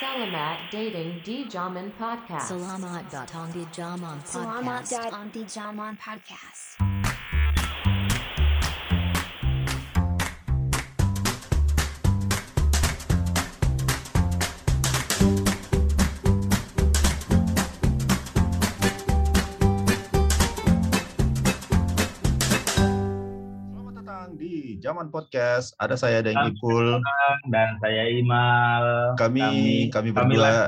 Selamat dating di Zaman Podcast. Selamat datang di Zaman Selamat Podcast. datang di Zaman Podcast. Selamat datang di Zaman Podcast. Ada saya dan Ipul. Dan saya Imal. Kami berdua.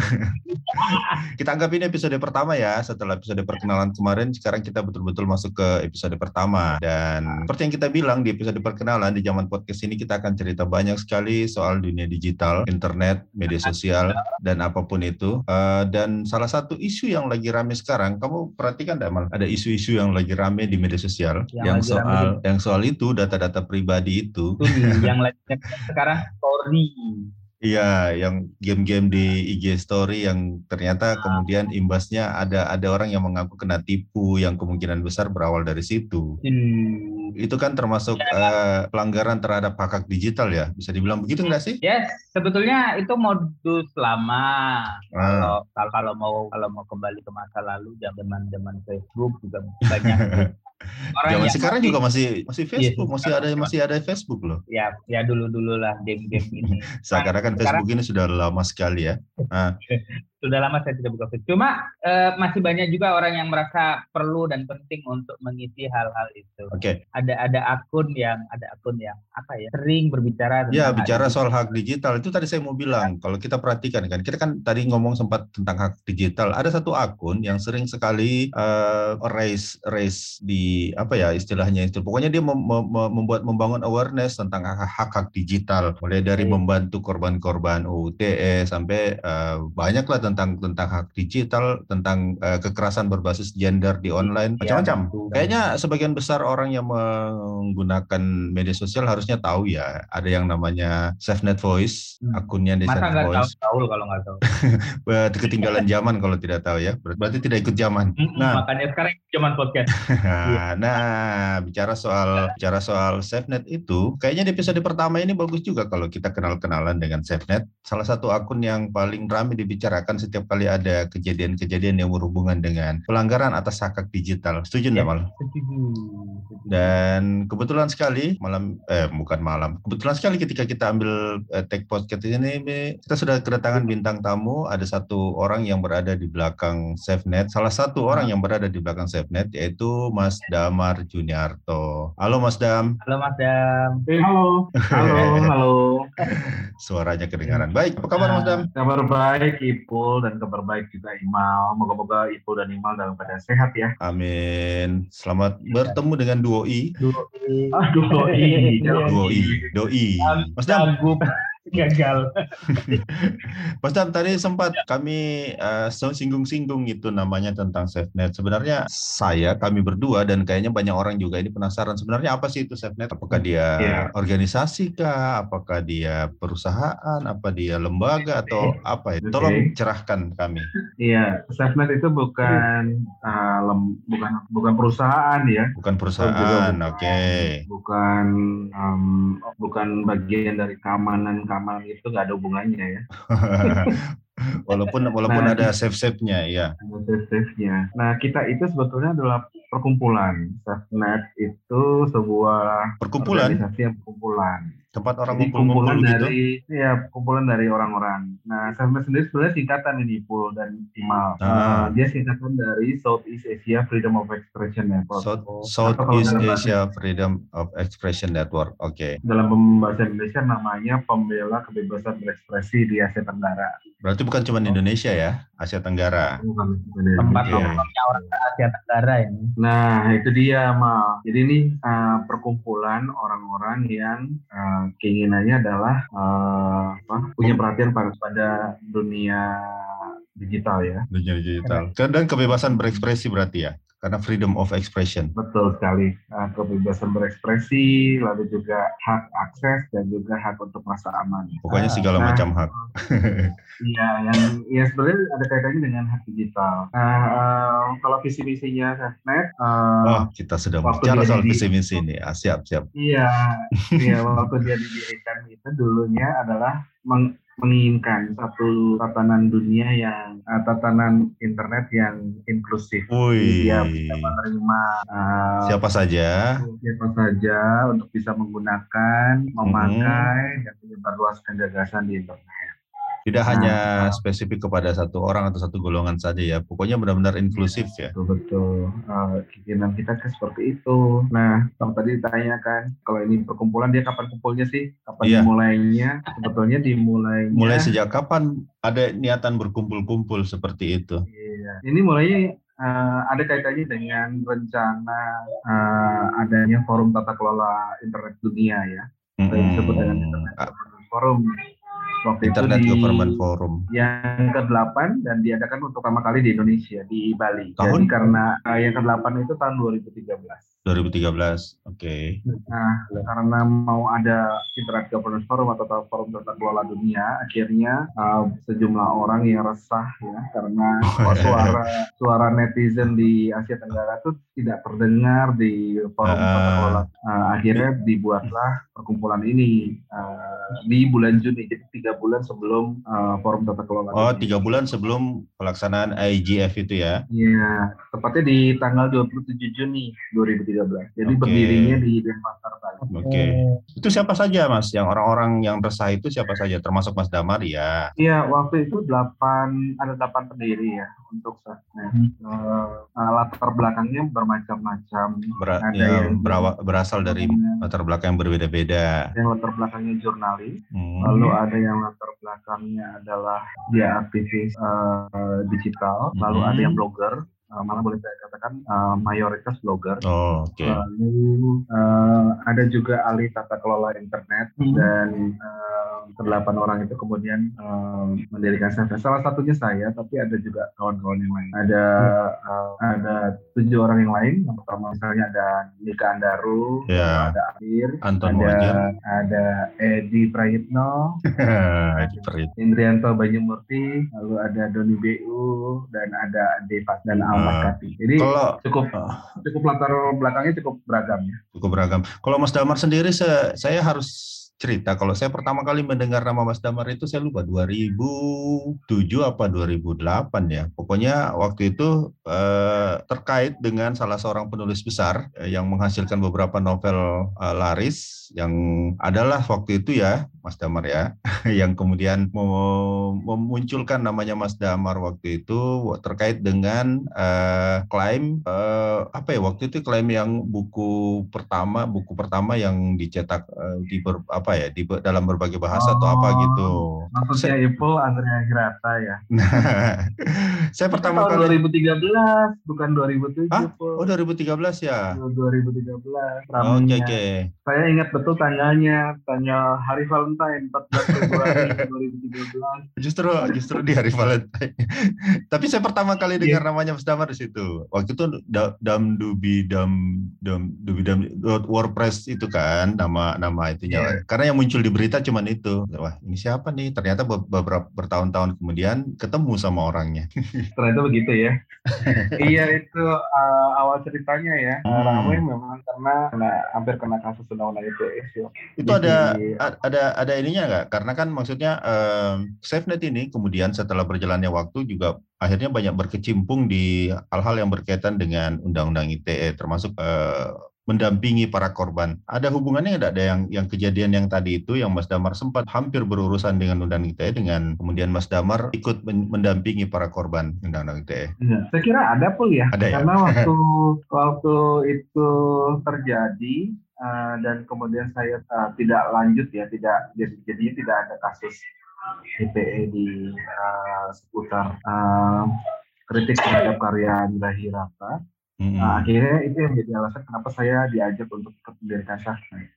Kita anggap ini episode pertama ya. Setelah episode perkenalan kemarin, sekarang kita betul-betul masuk ke episode pertama. Dan seperti yang kita bilang di episode perkenalan di Zaman Podcast ini, kita akan cerita banyak sekali soal dunia digital, internet, media sosial, dan apapun itu. Dan salah satu isu yang lagi rame sekarang, kamu perhatikan nggak, Mal? Ada isu-isu yang lagi rame di media sosial yang soal itu data-data pribadi itu. Yang lagi sekarang story. Iya, yang game-game di IG Story yang ternyata kemudian imbasnya ada orang yang mengaku kena tipu yang kemungkinan besar berawal dari situ. Itu kan termasuk pelanggaran terhadap hak digital ya, bisa dibilang begitu nggak sih? Yes, sebetulnya itu modus lama. Kalau mau kembali ke masa lalu, zaman Facebook juga banyak. Zaman sekarang juga masih Facebook, masih ada Facebook loh. Ya dulu lah game-game ini. Sekarang Facebook ini sudah lama sekali ya. Sudah lama saya tidak buka Facebook. Cuma masih banyak juga orang yang merasa perlu dan penting untuk mengisi hal-hal itu. Oke. Ada akun yang apa ya, sering berbicara tentang bicara soal hak digital. Itu tadi saya mau bilang, kalau kita perhatikan kan, kita kan tadi ngomong sempat tentang hak digital. Ada satu akun yang sering sekali raise di apa ya istilahnya itu. Pokoknya dia membangun awareness tentang hak digital, mulai dari membantu korban-korban UTE sampai banyaklah tentang hak digital, tentang kekerasan berbasis gender di online, macam-macam. Kayaknya sebagian besar orang yang menggunakan media sosial harusnya tahu ya, ada yang namanya SafeNet Voice, akunnya di SafeNet Voice. Masa nggak tahu kalau nggak tahu? Ketinggalan zaman kalau tidak tahu ya, berarti tidak ikut zaman. Makanya sekarang zaman podcast. Nah, bicara soal SafeNet itu, kayaknya di episode pertama ini bagus juga kalau kita kenal-kenalan dengan SafeNet. Salah satu akun yang paling ramai dibicarakan setiap kali ada kejadian-kejadian yang berhubungan dengan pelanggaran atas hak digital. Setuju nggak, Mal? Setuju. Dan kebetulan sekali kebetulan sekali ketika kita ambil take podcast ini, kita sudah kedatangan bintang tamu. Ada satu orang yang berada di belakang SafeNet. Salah satu orang yang berada di belakang SafeNet yaitu Mas Damar Juniarto. Halo Mas Dam. Halo Mas Dam. Halo. Suaranya kedengaran. Baik, apa kabar Mas Dam? Kabar baik Ipul dan kabar baik juga Imal. Moga-moga Ipul dan Imal dalam keadaan sehat ya. Amin. Selamat bertemu dengan Doi. Doi. Mas Dam. Gagal. Mas Dam, tadi sempat kami singgung-singgung itu namanya tentang SafeNet. Sebenarnya kami berdua dan kayaknya banyak orang juga ini penasaran sebenarnya apa sih itu SafeNet? Apakah dia organisasi kah? Apakah dia perusahaan? Apa dia lembaga atau apa ya? Tolong cerahkan kami. Iya, SafeNet itu bukan perusahaan ya. Bukan perusahaan, oke. Bukan bagian dari keamanan itu nggak ada hubungannya ya. walaupun ada save-nya ya. Ada save-nya. Nah, kita itu sebetulnya adalah perkumpulan. SafeNet itu sebuah organisasi yang perkumpulan. Tempat orang kumpulan dari kumpulan dari orang-orang. Nah, SafeNet sendiri sebenarnya singkatan ini Pul dan Imal. Dia singkatan dari Southeast Asia Freedom of Expression Network. Southeast Asia Freedom of Expression Network. Oke. Dalam bahasa Indonesia namanya Pembela Kebebasan Berekspresi di Asia Tenggara. Berarti bukan cuma Indonesia ya, Asia Tenggara. Tempat nongkrongnya orang Asia Tenggara ini. Nah, itu dia, Mal. Jadi ini perkumpulan orang-orang yang keinginannya adalah punya perhatian pada dunia digital ya. Dunia digital. Dan kebebasan berekspresi berarti ya? Karena freedom of expression. Betul sekali. Kebebasan berekspresi, lalu juga hak akses dan juga hak untuk merasa aman. Pokoknya segala macam hak. Iya, yang sebenarnya ada kaitannya dengan hak digital. Kalau visi-misinya SafeNet, kita sudah bicara soal visi-misi ini. Siap. Iya, waktu dia didirikan itu dulunya adalah menginginkan satu tatanan internet yang inklusif. Wih. Dia bisa menerima Siapa saja. Untuk bisa menggunakan, memakai, dan menyebarluaskan gagasan di internet. Tidak hanya spesifik kepada satu orang atau satu golongan saja ya. Pokoknya benar-benar inklusif ya. Betul. Keinginan kita kan seperti itu. Nah, kalau tadi ditanyakan, kalau ini perkumpulan dia kapan kumpulnya sih? Kapan dimulainya? Sebetulnya mulai sejak kapan ada niatan berkumpul-kumpul seperti itu? Iya. Ini mulainya ada kaitannya dengan rencana adanya forum tata kelola internet dunia ya. Yang disebut dengan Internet Governance Forum. Waktu Internet itu Government Forum yang ke-8 dan diadakan untuk pertama kali di Indonesia, di Bali. Tahun? Jadi karena yang ke-8 itu tahun 2013. 2013, oke. Nah, karena mau ada Internet Governance Forum atau Forum Tata Kelola Dunia, akhirnya sejumlah orang yang resah ya karena suara netizen di Asia Tenggara itu tidak terdengar di Forum Tata Kelola. Akhirnya dibuatlah perkumpulan ini di bulan Juni, jadi 3 bulan sebelum Forum Tata Kelola. 3 bulan sebelum pelaksanaan IGF itu ya? Iya, tepatnya di tanggal 27 Juni 2013. Jadi berdirinya di Denpasar, Bali. Oke. Itu siapa saja Mas? Yang orang-orang yang resah itu siapa saja? Termasuk Mas Damar ya? Iya, waktu itu ada 8 pendiri ya untuk latar belakangnya bermacam-macam. Ada yang berasal dari latar belakang yang berbeda-beda. Yang latar belakangnya jurnalis, lalu ada yang latar belakangnya adalah dia aktivis digital, lalu ada yang blogger. Malah boleh saya katakan mayoritas blogger. Okay. Lalu ada juga ahli tata kelola internet dan 8 orang itu kemudian mendirikan Safenet. Salah satunya saya, tapi ada juga kawan-kawan yang lain. Ada 7 orang yang lain. Yang pertama misalnya ada Nika Andaru, ada Amir, ada Edi Prayitno, Indrianto Banyumurti, lalu ada Doni BU, dan ada Devat dan Ahmad Kati. Jadi cukup latar belakangnya cukup beragam ya. Cukup beragam. Kalau Mas Damar sendiri, saya harus cerita, kalau saya pertama kali mendengar nama Mas Damar itu saya lupa 2007 apa 2008 ya. Pokoknya waktu itu terkait dengan salah seorang penulis besar yang menghasilkan beberapa novel laris yang adalah waktu itu ya Mas Damar ya, yang kemudian memunculkan namanya Mas Damar waktu itu terkait dengan klaim waktu itu klaim yang buku pertama yang dicetak di dalam berbagai bahasa atau apa gitu. Maksudnya Ipul Andrea Hirata ya. Saya pertama kali 2013 bukan 2007. Oh 2013 ya. 2013. Oke. Saya ingat betul tanggal hari Valentine 14 Februari 2013. Justru di hari Valentine. Tapi saya pertama kali dengar namanya Mas Damar di situ. Waktu itu WordPress itu kan nama itunya. Karena yang muncul di berita cuman itu. Wah, ini siapa nih? Ternyata beberapa bertahun-tahun kemudian ketemu sama orangnya. Ternyata begitu ya. Iya, itu awal ceritanya ya. Ramai memang karena hampir kena kasus undang-undang ITE. Itu ada ininya nggak? Karena kan maksudnya Safenet ini kemudian setelah berjalannya waktu juga akhirnya banyak berkecimpung di hal-hal yang berkaitan dengan undang-undang ITE, termasuk mendampingi para korban. Ada hubungannya nggak ada yang kejadian yang tadi itu yang Mas Damar sempat hampir berurusan dengan undang-undang ITE dengan kemudian Mas Damar ikut mendampingi para korban undang-undang ITE? Ya, saya kira ada pun ya. Ada, karena waktu itu terjadi dan kemudian saya tidak lanjut ya, jadinya tidak ada kasus ITE di seputar kritik terhadap karya Andrea Hirata. Akhirnya itu yang menjadi alasan kenapa saya diajak untuk mendirikan Safenet.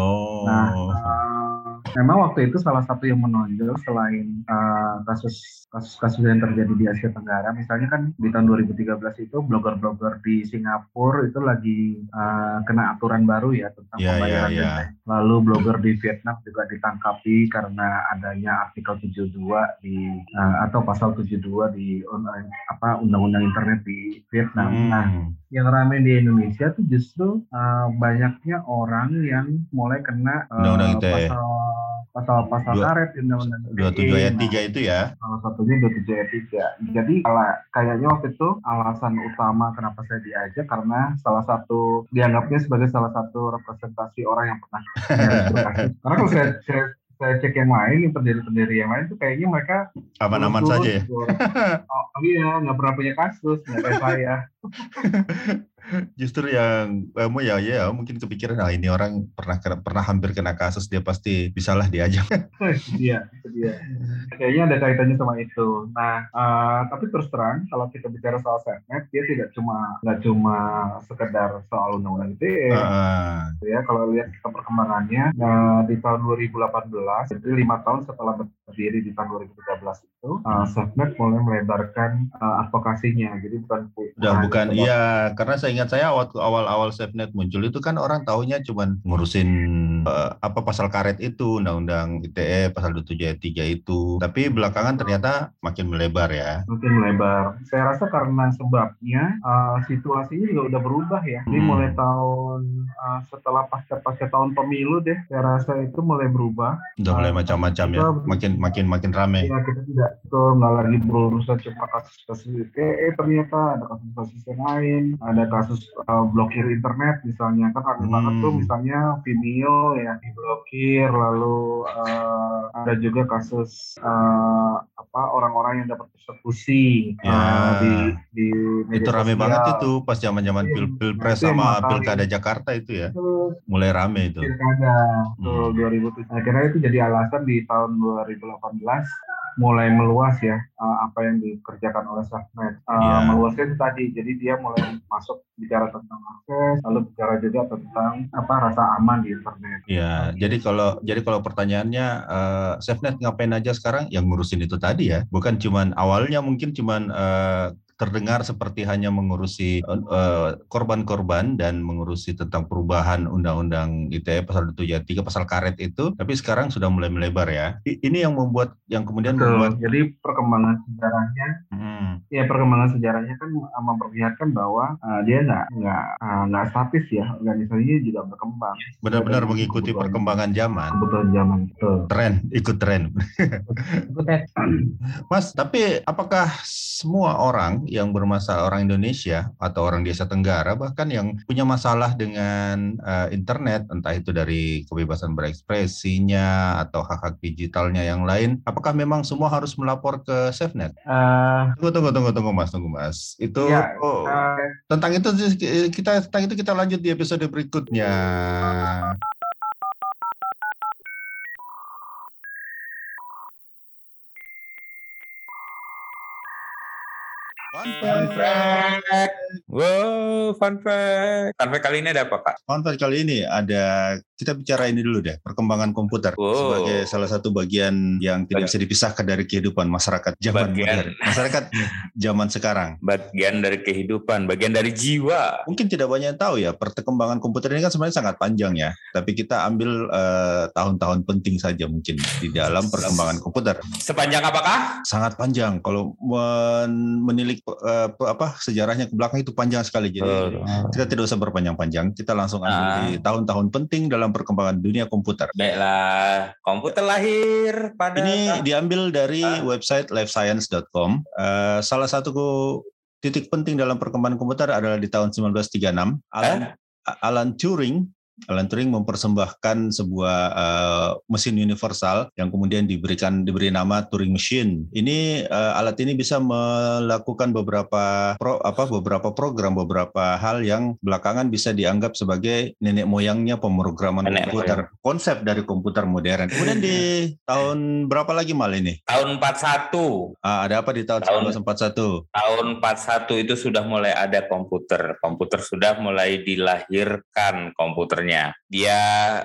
Memang waktu itu salah satu yang menonjol selain kasus-kasus yang terjadi di Asia Tenggara, misalnya kan di tahun 2013 itu blogger-blogger di Singapura itu lagi kena aturan baru ya tentang pembayaran denda. Lalu blogger di Vietnam juga ditangkapi karena adanya artikel 72 atau pasal 72 di undang-undang internet di Vietnam. Nah, yang ramai di Indonesia tuh justru banyaknya orang yang mulai kena Undang-undang ITE. pasal Dua- karet di Undang-Undang 27 ayat ITE. 3 itu ya. Salah satunya 27 ayat 3. Jadi kayaknya waktu itu alasan utama kenapa saya diajak karena salah satu dianggapnya sebagai salah satu representasi orang yang pernah nyaris berkasus. Karena kalau saya cek yang lain, pendiri-pendiri yang lain tuh kayaknya mereka Aman-aman turun-turun saja ya. gitu. Oh iya, nggak pernah punya kasus, nggak kayak saya. Justru yang kamu ya mungkin kepikiran, ini orang pernah hampir kena kasus, dia pasti bisalah diajak. Itu dia. Kayaknya ada kaitannya sama itu. Nah, tapi terus terang kalau kita bicara soal SafeNet, dia nggak cuma sekedar soal undang-undang ITE. Ya, kalau lihat kita perkembangannya di tahun 2018, jadi 5 tahun setelah berdiri di tahun 2013 itu, SafeNet mulai melebarkan advokasinya. Jadi bukan iya, karena saya waktu awal-awal SafeNet muncul itu kan orang taunya cuman ngurusin pasal karet itu, undang-undang ITE pasal 27 ayat 3 itu. Tapi belakangan ternyata makin melebar ya. Makin melebar. Saya rasa karena sebabnya situasinya juga udah berubah ya. Jadi mulai tahun setelah pasca tahun pemilu deh, saya rasa itu mulai berubah. Udah mulai macam-macam ya. Makin rame. Ya, kita nggak lagi berurusan cuma kasus-kasus ITE, ternyata ada kasus-kasus yang lain, ada kasus blokir internet misalnya, kan ada banget tuh misalnya Vimeo ya diblokir, lalu ada juga kasus orang-orang yang dapat persekusi di media itu rame sosial. banget itu pas zaman-zaman pilpres sama pilkada Jakarta itu ya. Mulai rame itu. Pilkada 2007. Akhirnya itu jadi alasan di tahun 2018 mulai meluas ya apa yang dikerjakan oleh SafeNet. Meluasnya itu tadi, jadi dia mulai masuk bicara tentang akses, lalu bicara juga tentang rasa aman di internet. Iya, jadi kalau pertanyaannya SafeNet ngapain aja sekarang? Yang ngurusin itu tadi ya, bukan cuman awalnya mungkin cuman terdengar seperti hanya mengurusi korban-korban dan mengurusi tentang perubahan undang-undang ITE pasal 27 ayat 3 pasal karet itu, tapi sekarang sudah mulai melebar ya. Ini yang kemudian membuat. Jadi perkembangan sejarahnya kan memperlihatkan bahwa dia nggak statis ya, organisasinya juga berkembang. Benar-benar mengikuti perkembangan zaman. Kebutuhan zaman. Ikut tren. Mas, tapi apakah semua orang yang bermasalah, orang Indonesia atau orang di Asia Tenggara bahkan yang punya masalah dengan internet, entah itu dari kebebasan berekspresinya atau hak-hak digitalnya yang lain, apakah memang semua harus melapor ke SafeNet? Tunggu Mas. Itu tentang itu kita lanjut di episode berikutnya. Fun fact. Wow, fun fact. Fun fact kali ini ada apa, Kak? Fun fact kali ini ada, kita bicara ini dulu deh, perkembangan komputer sebagai salah satu bagian yang tidak bisa dipisahkan dari kehidupan masyarakat zaman modern. Masyarakat zaman sekarang. Bagian dari kehidupan, bagian dari jiwa. Mungkin tidak banyak yang tahu ya, perkembangan komputer ini kan sebenarnya sangat panjang ya. Tapi kita ambil tahun-tahun penting saja mungkin di dalam perkembangan komputer. Sepanjang apakah? Sangat panjang. Kalau menilik sejarahnya ke belakang itu panjang sekali. Jadi kita tidak usah berpanjang-panjang. Kita langsung ambil di tahun-tahun penting dalam perkembangan dunia komputer. Baiklah, komputer lahir pada. Ini diambil dari website livescience.com. Salah satu titik penting dalam perkembangan komputer adalah di tahun 1936. Alan Turing mempersembahkan sebuah mesin universal yang kemudian diberi nama Turing Machine. Ini alat ini bisa melakukan beberapa program, beberapa hal yang belakangan bisa dianggap sebagai nenek moyangnya pemrograman komputer. Konsep dari komputer modern. Kemudian di tahun berapa lagi Mal ini? Tahun 41. Ada apa di tahun 1941? Tahun 41 itu sudah mulai ada komputer. Komputer sudah mulai dilahirkan komputernya. Dia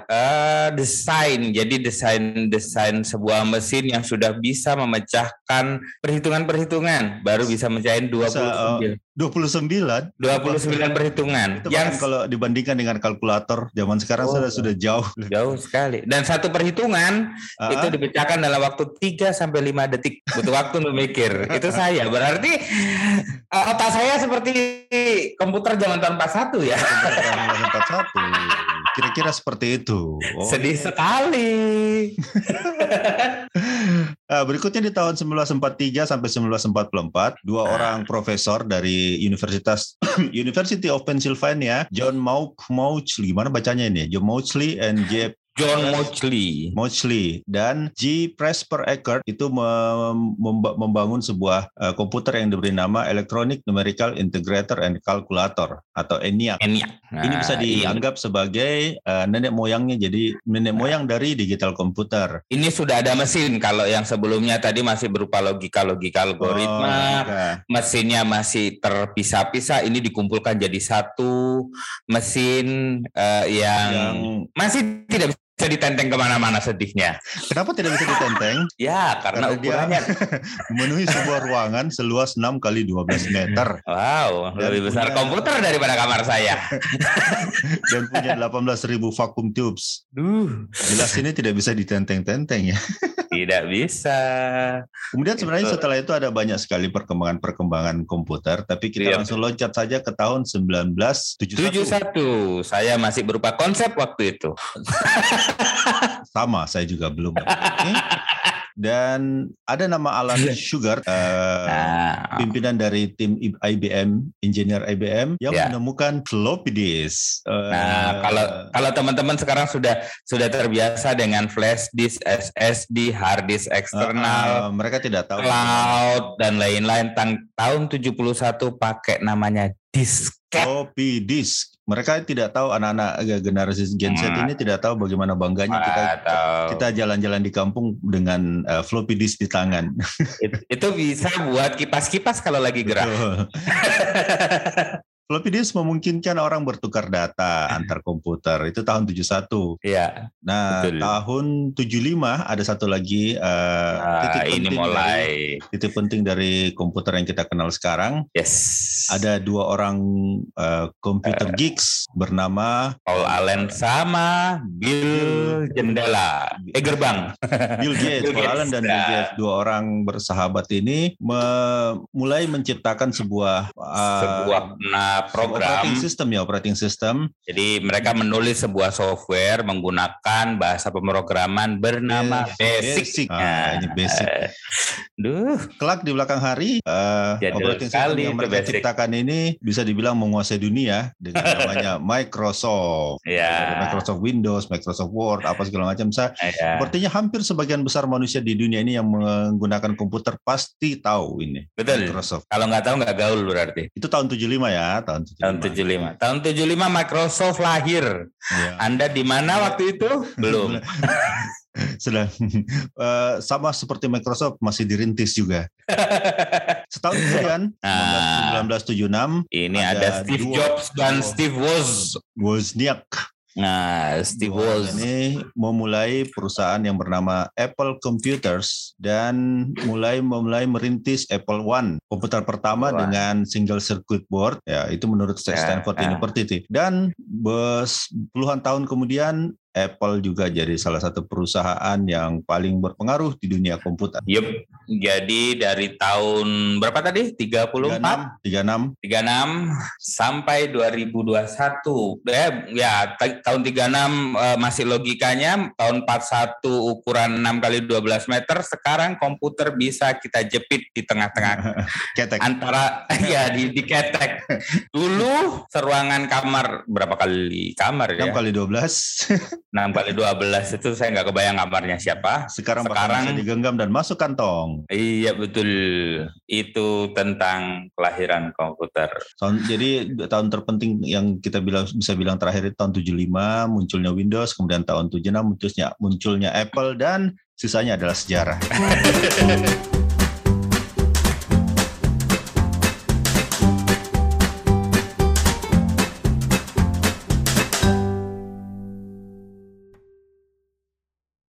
desain sebuah mesin yang sudah bisa memecahkan perhitungan-perhitungan, baru bisa mecahin 29. 29 perhitungan. itu bahkan kalau dibandingkan dengan kalkulator zaman sekarang sudah jauh sekali. Dan satu perhitungan itu dipecahkan dalam waktu 3 sampai 5 detik. Butuh waktu untuk mikir. Itu saya. Berarti otak saya seperti komputer zaman tahun 41 ya. Tahun 41. Kira-kira seperti itu. Sedih sekali. Berikutnya di tahun 1943 sampai 1944, dua orang profesor dari University of Pennsylvania, John Mauchly, gimana bacanya ini? John Mauchly and John Mauchly dan G. Presper Eckert itu membangun sebuah komputer yang diberi nama Electronic Numerical Integrator and Calculator atau ENIAC. Nah, ini bisa dianggap sebagai nenek moyangnya, jadi nenek moyang dari digital komputer. Ini sudah ada mesin. Kalau yang sebelumnya tadi masih berupa logika algoritma, mesinnya masih terpisah-pisah. Ini dikumpulkan jadi satu mesin yang masih tidak bisa ditenteng kemana-mana sedihnya. Kenapa tidak bisa ditenteng? Ya, karena ukurannya memenuhi sebuah ruangan seluas 6 kali 12 meter. Wow, lebih besar komputer daripada kamar saya. Dan punya 18.000 vacuum tubes. Jelas ini tidak bisa ditenteng-tenteng ya. Tidak bisa. Kemudian sebenarnya setelah itu ada banyak sekali perkembangan komputer, tapi kita langsung loncat saja ke tahun 1971. Saya masih berupa konsep waktu itu. Sama, saya juga belum. Dan ada nama Alan Sugar, pimpinan dari tim IBM, engineer IBM yang menemukan floppy disk. Kalau teman-teman sekarang sudah terbiasa dengan flash disk, SSD, hard disk eksternal, mereka tidak tahu cloud dan lain-lain. Tahun 71 pakai namanya disket. Floppy disk. Mereka tidak tahu, anak-anak generasi Gen Z ini tidak tahu bagaimana bangganya kita jalan-jalan di kampung dengan floppy disk di tangan. Itu bisa buat kipas-kipas kalau lagi gerak. Floppy disk memungkinkan orang bertukar data antar komputer. Itu tahun 71. Iya. Nah, betul. Tahun 75 ada satu lagi titik penting dari komputer yang kita kenal sekarang. Yes. Ada dua orang computer geeks bernama Paul Allen sama Bill Gerbang. Bill Gates, Paul Allen dan Bill Gates, dua orang bersahabat ini mulai menciptakan sebuah operating system. Jadi mereka menulis sebuah software menggunakan bahasa pemrograman bernama BASIC. Ini BASIC. Kelak di belakang hari operating system yang mereka ciptakan ini bisa dibilang menguasai dunia dengan namanya Microsoft. Microsoft Windows, Microsoft Word, apa segala macam. Sepertinya hampir sebagian besar manusia di dunia ini yang menggunakan komputer pasti tahu ini. Betul. Microsoft. Kalau nggak tahu nggak gaul berarti. Itu tahun 75 ya. Tahun 75. Tahun 75 Microsoft lahir. Anda di mana waktu itu? Belum. Sedang sama seperti Microsoft masih dirintis juga. Setahun kemudian 1976 ini ada Steve Jobs dan Steve Wozniak. Nah, Steve Woz ini memulai perusahaan yang bernama Apple Computers dan mulai merintis Apple One, komputer pertama dengan single circuit board. Ya, itu menurut Stanford University. Dan puluhan tahun kemudian Apple juga jadi salah satu perusahaan yang paling berpengaruh di dunia komputer. Jadi dari tahun berapa tadi? 34? 36 sampai 2021. Tahun 36 masih logikanya, tahun 41 ukuran 6 kali 12 meter, sekarang komputer bisa kita jepit di tengah-tengah. Ketek. Antara di ketek. Dulu seruangan kamar berapa kali kamar 6 kali 12. 6 kali 12 itu saya nggak kebayang kamarnya siapa. Sekarang bisa digenggam dan masuk kantong. Iya betul. Itu tentang kelahiran komputer. Jadi tahun terpenting yang kita bisa bilang terakhir itu tahun 75 munculnya Windows, kemudian tahun 76 munculnya Apple, dan sisanya adalah sejarah.